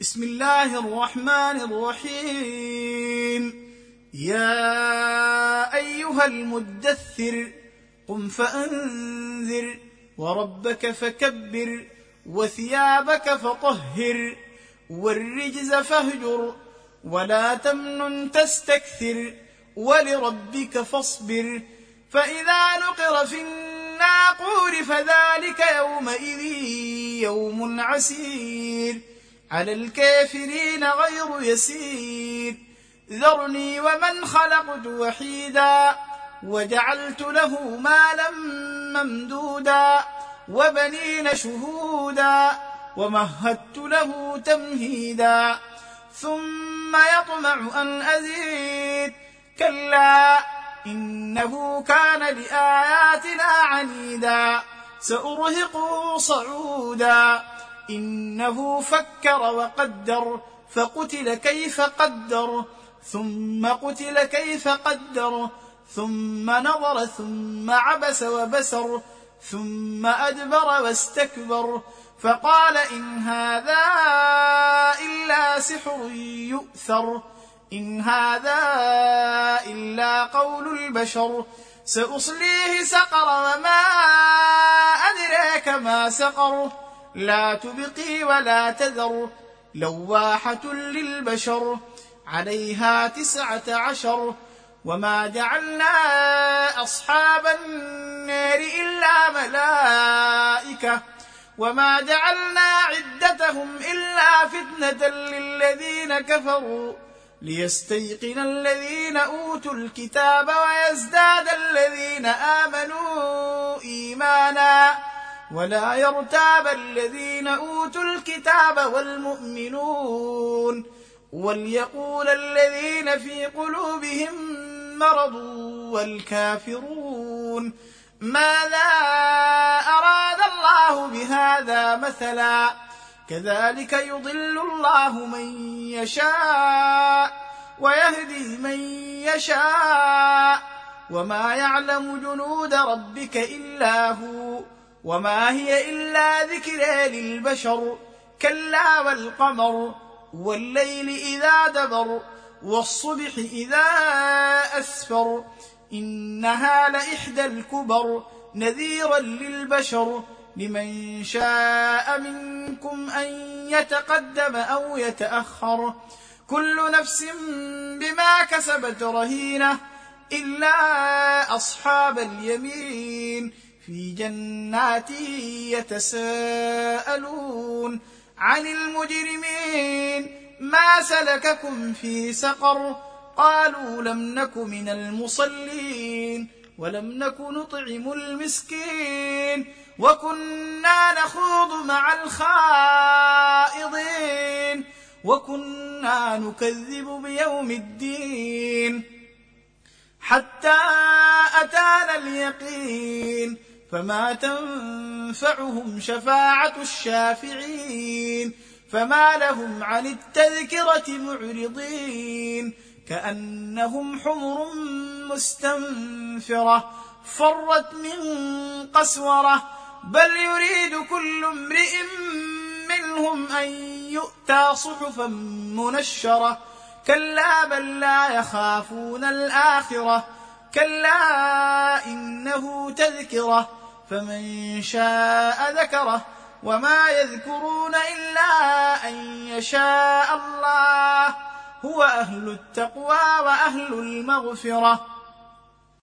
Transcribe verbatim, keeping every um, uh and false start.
بسم الله الرحمن الرحيم. يا أيها المدثر قم فأنذر وربك فكبر وثيابك فطهر والرجز فاهجر ولا تمنن تستكثر ولربك فاصبر. فإذا نقر في الناقور فذلك يومئذ يوم عسير على الكافرين غير يسير. ذرني ومن خلقت وحيدا وجعلت له مالا ممدودا وبنين شهودا ومهدت له تمهيدا ثم يطمع أن أزيد كلا إنه كان لآياتنا عنيدا سأرهقه صعودا. إنه فكر وقدر فقتل كيف قدر ثم قتل كيف قدر ثم نظر ثم عبس وبسر ثم أدبر واستكبر فقال إن هذا إلا سحر يؤثر إن هذا إلا قول البشر. سأصليه سقر وما أدراك ما سقر لا تبقي ولا تذر لواحة للبشر عليها تسعة عشر. وما جعلنا أصحاب النار إلا ملائكة وما جعلنا عدتهم إلا فتنة للذين كفروا ليستيقن الذين أوتوا الكتاب ويزداد الذين آمنوا إيمانا ولا يرتاب الذين أوتوا الكتاب والمؤمنون وليقول الذين في قلوبهم مرض والكافرون ماذا أراد الله بهذا مثلا كذلك يضل الله من يشاء ويهدي من يشاء وما يعلم جنود ربك إلا هو وما هي إلا ذكرى للبشر. كلا والقمر والليل إذا دبر والصبح إذا أسفر إنها لإحدى الكبر نذيرا للبشر لمن شاء منكم أن يتقدم أو يتأخر. كل نفس بما كسبت رهينة إلا أصحاب اليمين في جنات يتساءلون عن المجرمين ما سلككم في سقر قالوا لم نك من المصلين ولم نك نطعم المسكين وكنا نخوض مع الخائضين وكنا نكذب بيوم الدين حتى أتانا اليقين فما تنفعهم شفاعة الشافعين. فما لهم عن التذكرة معرضين كأنهم حمر مستنفرة فرت من قسورة بل يريد كل امرئ منهم أن يؤتى صحفا منشرة كلا بل لا يخافون الآخرة كلا إنه تذكرة فمن شاء ذكره وما يذكرون إلا أن يشاء الله هو أهل التقوى وأهل المغفرة.